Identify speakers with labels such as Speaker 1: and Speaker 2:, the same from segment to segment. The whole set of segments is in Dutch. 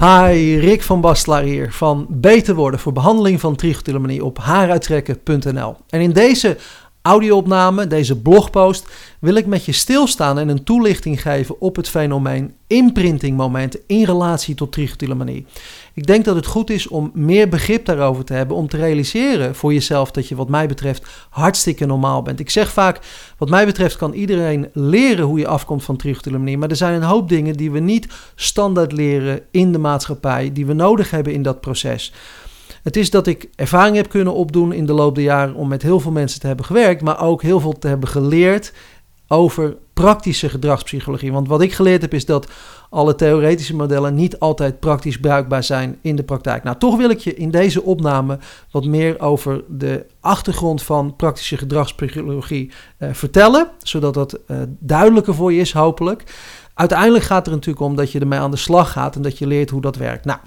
Speaker 1: Hi, Rick van Bastelaar hier van Beter Worden voor behandeling van trichotillomanie op haaruittrekken.nl. En in deze audio-opname, deze blogpost, wil ik met je stilstaan en een toelichting geven op het fenomeen imprintingmomenten in relatie tot trichotillomanie. Ik denk dat het goed is om meer begrip daarover te hebben, om te realiseren voor jezelf dat je wat mij betreft hartstikke normaal bent. Ik zeg vaak, wat mij betreft kan iedereen leren hoe je afkomt van trichotillomanie, maar er zijn een hoop dingen die we niet standaard leren in de maatschappij, die we nodig hebben in dat proces. Het is dat ik ervaring heb kunnen opdoen in de loop der jaren om met heel veel mensen te hebben gewerkt, maar ook heel veel te hebben geleerd over praktische gedragspsychologie. Want wat ik geleerd heb is dat alle theoretische modellen niet altijd praktisch bruikbaar zijn in de praktijk. Nou, toch wil ik je in deze opname wat meer over de achtergrond van praktische gedragspsychologie vertellen, zodat dat duidelijker voor je is, hopelijk. Uiteindelijk gaat het er natuurlijk om dat je ermee aan de slag gaat en dat je leert hoe dat werkt. Nou,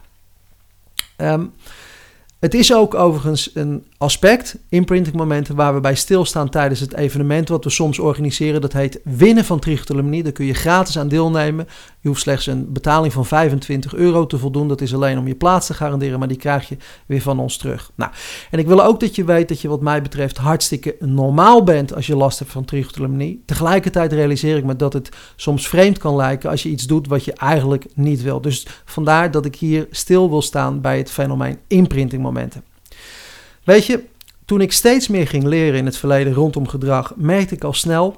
Speaker 1: het is ook overigens een aspect, imprintingmomenten, waar we bij stilstaan tijdens het evenement wat we soms organiseren. Dat heet Winnen van Trichotillomanie. Daar kun je gratis aan deelnemen. Je hoeft slechts een betaling van €25 te voldoen. Dat is alleen om je plaats te garanderen, maar die krijg je weer van ons terug. Nou, en ik wil ook dat je weet dat je wat mij betreft hartstikke normaal bent als je last hebt van trichotillomanie. Tegelijkertijd realiseer ik me dat het soms vreemd kan lijken als je iets doet wat je eigenlijk niet wil. Dus vandaar dat ik hier stil wil staan bij het fenomeen imprintingmomenten. Weet je, toen ik steeds meer ging leren in het verleden rondom gedrag, merkte ik al snel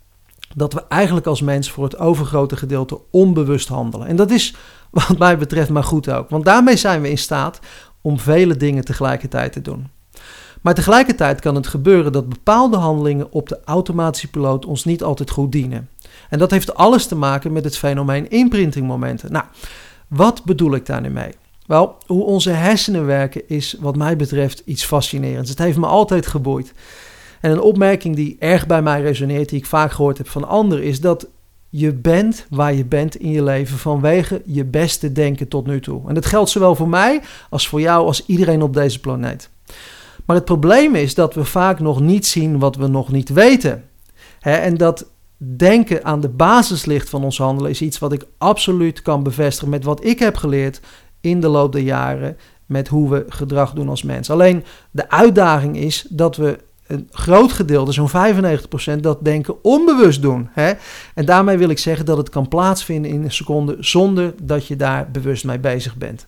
Speaker 1: dat we eigenlijk als mens voor het overgrote gedeelte onbewust handelen. En dat is wat mij betreft maar goed ook, want daarmee zijn we in staat om vele dingen tegelijkertijd te doen. Maar tegelijkertijd kan het gebeuren dat bepaalde handelingen op de automatische piloot ons niet altijd goed dienen. En dat heeft alles te maken met het fenomeen imprintingmomenten. Nou, wat bedoel ik daar nu mee? Wel, hoe onze hersenen werken is wat mij betreft iets fascinerends. Het heeft me altijd geboeid. En een opmerking die erg bij mij resoneert, die ik vaak gehoord heb van anderen, is dat je bent waar je bent in je leven vanwege je beste denken tot nu toe. En dat geldt zowel voor mij als voor jou als iedereen op deze planeet. Maar het probleem is dat we vaak nog niet zien wat we nog niet weten. En dat denken aan de basis ligt van ons handelen is iets wat ik absoluut kan bevestigen met wat ik heb geleerd in de loop der jaren met hoe we gedrag doen als mens. Alleen de uitdaging is dat we een groot gedeelte, zo'n 95%, dat denken onbewust doen. En daarmee wil ik zeggen dat het kan plaatsvinden in een seconde zonder dat je daar bewust mee bezig bent.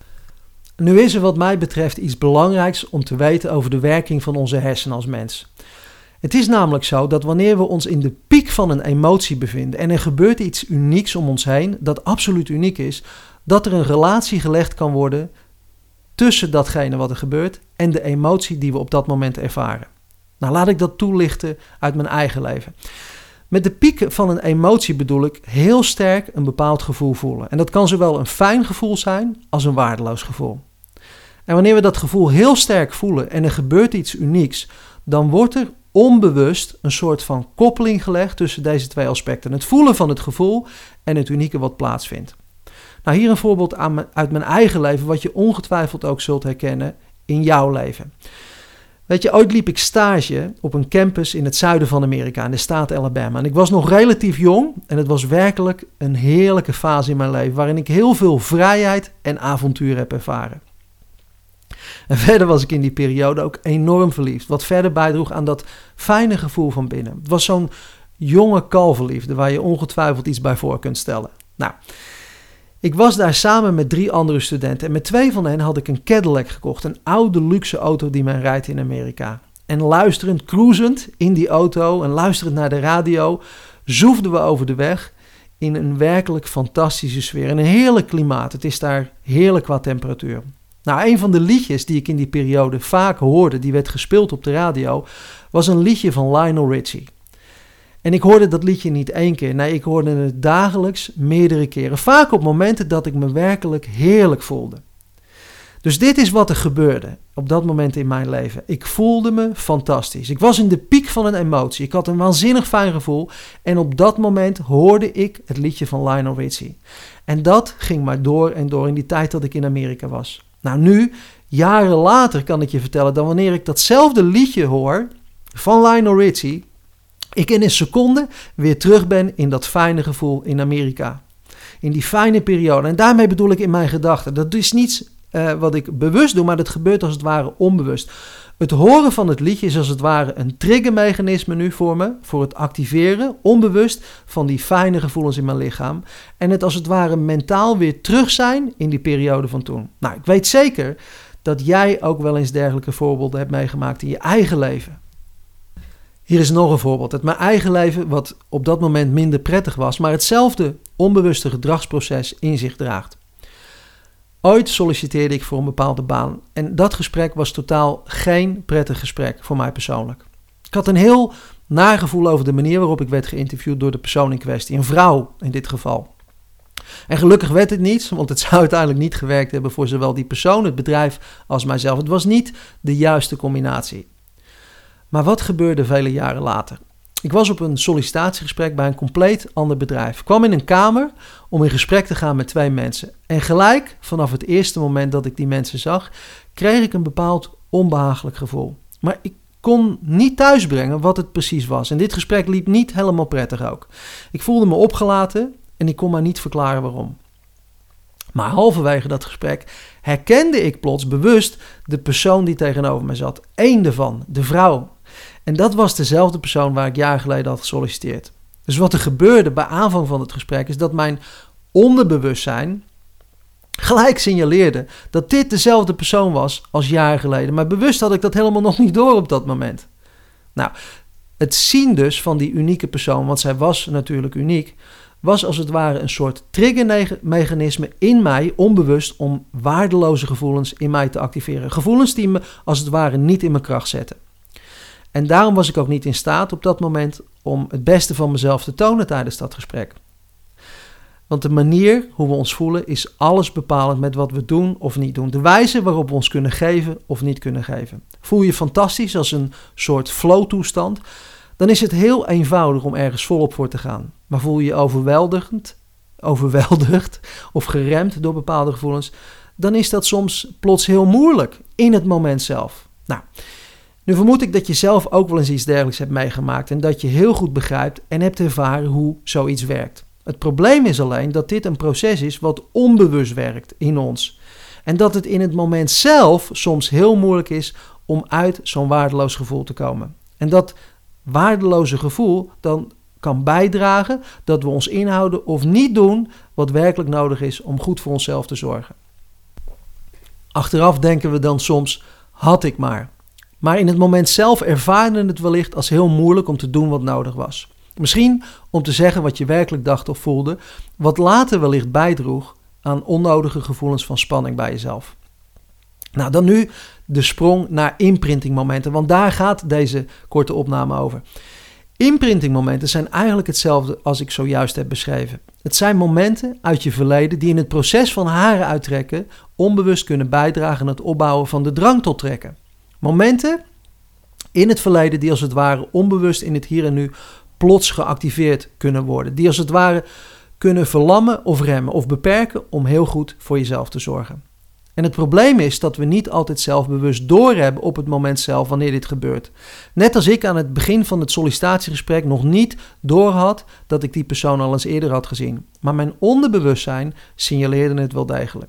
Speaker 1: Nu is er wat mij betreft iets belangrijks om te weten over de werking van onze hersenen als mens. Het is namelijk zo dat wanneer we ons in de piek van een emotie bevinden en er gebeurt iets unieks om ons heen, dat absoluut uniek is, dat er een relatie gelegd kan worden tussen datgene wat er gebeurt en de emotie die we op dat moment ervaren. Nou, laat ik dat toelichten uit mijn eigen leven. Met de piek van een emotie bedoel ik heel sterk een bepaald gevoel voelen. En dat kan zowel een fijn gevoel zijn als een waardeloos gevoel. En wanneer we dat gevoel heel sterk voelen en er gebeurt iets unieks, dan wordt er onbewust een soort van koppeling gelegd tussen deze twee aspecten. Het voelen van het gevoel en het unieke wat plaatsvindt. Nou, hier een voorbeeld uit mijn eigen leven, wat je ongetwijfeld ook zult herkennen in jouw leven. Weet je, ooit liep ik stage op een campus in het zuiden van Amerika, in de staat Alabama. En ik was nog relatief jong en het was werkelijk een heerlijke fase in mijn leven, waarin ik heel veel vrijheid en avontuur heb ervaren. En verder was ik in die periode ook enorm verliefd, wat verder bijdroeg aan dat fijne gevoel van binnen. Het was zo'n jonge kalverliefde waar je ongetwijfeld iets bij voor kunt stellen. Nou, ik was daar samen met 3 andere studenten en met 2 van hen had ik een Cadillac gekocht, een oude luxe auto die men rijdt in Amerika. En luisterend, cruisend in die auto en luisterend naar de radio, zoefden we over de weg in een werkelijk fantastische sfeer. En een heerlijk klimaat, het is daar heerlijk qua temperatuur. Nou, een van de liedjes die ik in die periode vaak hoorde, die werd gespeeld op de radio, was een liedje van Lionel Richie. En ik hoorde dat liedje niet 1 keer, nee, ik hoorde het dagelijks meerdere keren. Vaak op momenten dat ik me werkelijk heerlijk voelde. Dus dit is wat er gebeurde op dat moment in mijn leven. Ik voelde me fantastisch. Ik was in de piek van een emotie. Ik had een waanzinnig fijn gevoel. En op dat moment hoorde ik het liedje van Lionel Richie. En dat ging maar door en door in die tijd dat ik in Amerika was. Nou, nu, jaren later, kan ik je vertellen dat wanneer ik datzelfde liedje hoor van Lionel Richie, ik in een seconde weer terug ben in dat fijne gevoel in Amerika. in die fijne periode. En daarmee bedoel ik in mijn gedachten. Dat is niets wat ik bewust doe, maar dat gebeurt als het ware onbewust. Het horen van het liedje is als het ware een triggermechanisme nu voor me, voor het activeren, onbewust, van die fijne gevoelens in mijn lichaam. En het als het ware mentaal weer terug zijn in die periode van toen. Nou, ik weet zeker dat jij ook wel eens dergelijke voorbeelden hebt meegemaakt in je eigen leven. Hier is nog een voorbeeld uit mijn eigen leven, wat op dat moment minder prettig was, maar hetzelfde onbewuste gedragsproces in zich draagt. Ooit solliciteerde ik voor een bepaalde baan en dat gesprek was totaal geen prettig gesprek voor mij persoonlijk. Ik had een heel naar gevoel over de manier waarop ik werd geïnterviewd door de persoon in kwestie, een vrouw in dit geval. En gelukkig werd het niet, want het zou uiteindelijk niet gewerkt hebben voor zowel die persoon, het bedrijf, als mijzelf. Het was niet de juiste combinatie. Maar wat gebeurde vele jaren later? Ik was op een sollicitatiegesprek bij een compleet ander bedrijf. Ik kwam in een kamer om in gesprek te gaan met 2 mensen. En gelijk vanaf het eerste moment dat ik die mensen zag, kreeg ik een bepaald onbehagelijk gevoel. Maar ik kon niet thuisbrengen wat het precies was. En dit gesprek liep niet helemaal prettig ook. Ik voelde me opgelaten en ik kon maar niet verklaren waarom. Maar halverwege dat gesprek herkende ik plots bewust de persoon die tegenover mij zat. Eén daarvan, de vrouw. En dat was dezelfde persoon waar ik jaren geleden had gesolliciteerd. Dus wat er gebeurde bij aanvang van het gesprek is dat mijn onderbewustzijn gelijk signaleerde dat dit dezelfde persoon was als jaren geleden. Maar bewust had ik dat helemaal nog niet door op dat moment. Nou, het zien dus van die unieke persoon, want zij was natuurlijk uniek, was als het ware een soort triggermechanisme in mij, onbewust, om waardeloze gevoelens in mij te activeren. Gevoelens die me als het ware niet in mijn kracht zetten. En daarom was ik ook niet in staat op dat moment om het beste van mezelf te tonen tijdens dat gesprek. Want de manier hoe we ons voelen is alles bepalend met wat we doen of niet doen. De wijze waarop we ons kunnen geven of niet kunnen geven. Voel je fantastisch als een soort flow-toestand, dan is het heel eenvoudig om ergens volop voor te gaan. Maar voel je je overweldigd of geremd door bepaalde gevoelens, dan is dat soms plots heel moeilijk in het moment zelf. Nou, nu vermoed ik dat je zelf ook wel eens iets dergelijks hebt meegemaakt en dat je heel goed begrijpt en hebt ervaren hoe zoiets werkt. Het probleem is alleen dat dit een proces is wat onbewust werkt in ons. En dat het in het moment zelf soms heel moeilijk is om uit zo'n waardeloos gevoel te komen. En dat waardeloze gevoel dan kan bijdragen dat we ons inhouden of niet doen wat werkelijk nodig is om goed voor onszelf te zorgen. Achteraf denken we dan soms, had ik maar. Maar in het moment zelf ervaarde het wellicht als heel moeilijk om te doen wat nodig was. Misschien om te zeggen wat je werkelijk dacht of voelde, wat later wellicht bijdroeg aan onnodige gevoelens van spanning bij jezelf. Nou, dan nu de sprong naar imprintingmomenten, want daar gaat deze korte opname over. Imprintingmomenten zijn eigenlijk hetzelfde als ik zojuist heb beschreven. Het zijn momenten uit je verleden die in het proces van haren uittrekken onbewust kunnen bijdragen aan het opbouwen van de drang tot trekken. Momenten in het verleden die als het ware onbewust in het hier en nu plots geactiveerd kunnen worden. Die als het ware kunnen verlammen of remmen of beperken om heel goed voor jezelf te zorgen. En het probleem is dat we niet altijd zelf bewust doorhebben op het moment zelf wanneer dit gebeurt. Net als ik aan het begin van het sollicitatiegesprek nog niet doorhad dat ik die persoon al eens eerder had gezien. Maar mijn onderbewustzijn signaleerde het wel degelijk.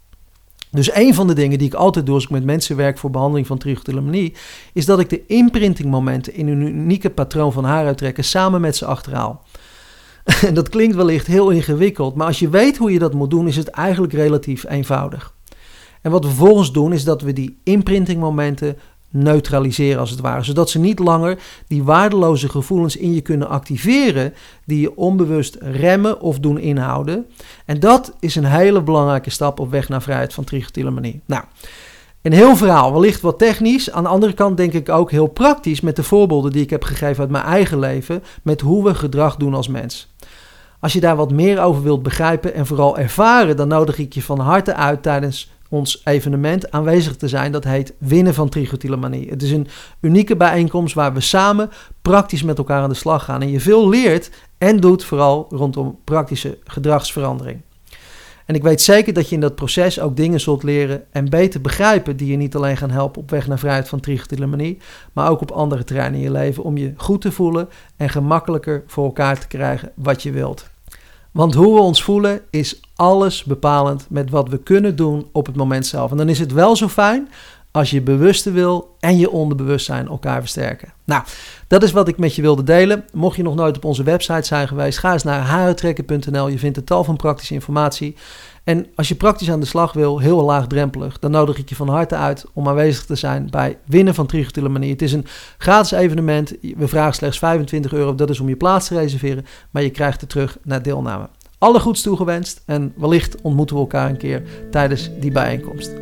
Speaker 1: Dus een van de dingen die ik altijd doe als ik met mensen werk voor behandeling van trichotillomanie, is dat ik de imprintingmomenten in een unieke patroon van haaruittrekken samen met ze achterhaal. En dat klinkt wellicht heel ingewikkeld, maar als je weet hoe je dat moet doen, is het eigenlijk relatief eenvoudig. En wat we vervolgens doen, is dat we die imprintingmomenten neutraliseren als het ware, zodat ze niet langer die waardeloze gevoelens in je kunnen activeren die je onbewust remmen of doen inhouden. En dat is een hele belangrijke stap op weg naar vrijheid van trichotillomanie. Nou, een heel verhaal, wellicht wat technisch. Aan de andere kant denk ik ook heel praktisch met de voorbeelden die ik heb gegeven uit mijn eigen leven met hoe we gedrag doen als mens. Als je daar wat meer over wilt begrijpen en vooral ervaren, dan nodig ik je van harte uit tijdens ons evenement aanwezig te zijn. Dat heet Winnen van Trichotillomanie. Het is een unieke bijeenkomst waar we samen praktisch met elkaar aan de slag gaan. En je veel leert en doet vooral rondom praktische gedragsverandering. En ik weet zeker dat je in dat proces ook dingen zult leren en beter begrijpen die je niet alleen gaan helpen op weg naar vrijheid van trichotillomanie, maar ook op andere terreinen in je leven om je goed te voelen en gemakkelijker voor elkaar te krijgen wat je wilt. Want hoe we ons voelen is alles bepalend met wat we kunnen doen op het moment zelf. En dan is het wel zo fijn als je bewuste wil en je onderbewustzijn elkaar versterken. Nou, dat is wat ik met je wilde delen. Mocht je nog nooit op onze website zijn geweest, ga eens naar haartrekken.nl. Je vindt een tal van praktische informatie. En als je praktisch aan de slag wil, heel laagdrempelig, dan nodig ik je van harte uit om aanwezig te zijn bij Winnen van Trichotillomanie. Het is een gratis evenement. We vragen slechts €25. Dat is om je plaats te reserveren, maar je krijgt het terug naar deelname. Alle goeds toegewenst en wellicht ontmoeten we elkaar een keer tijdens die bijeenkomst.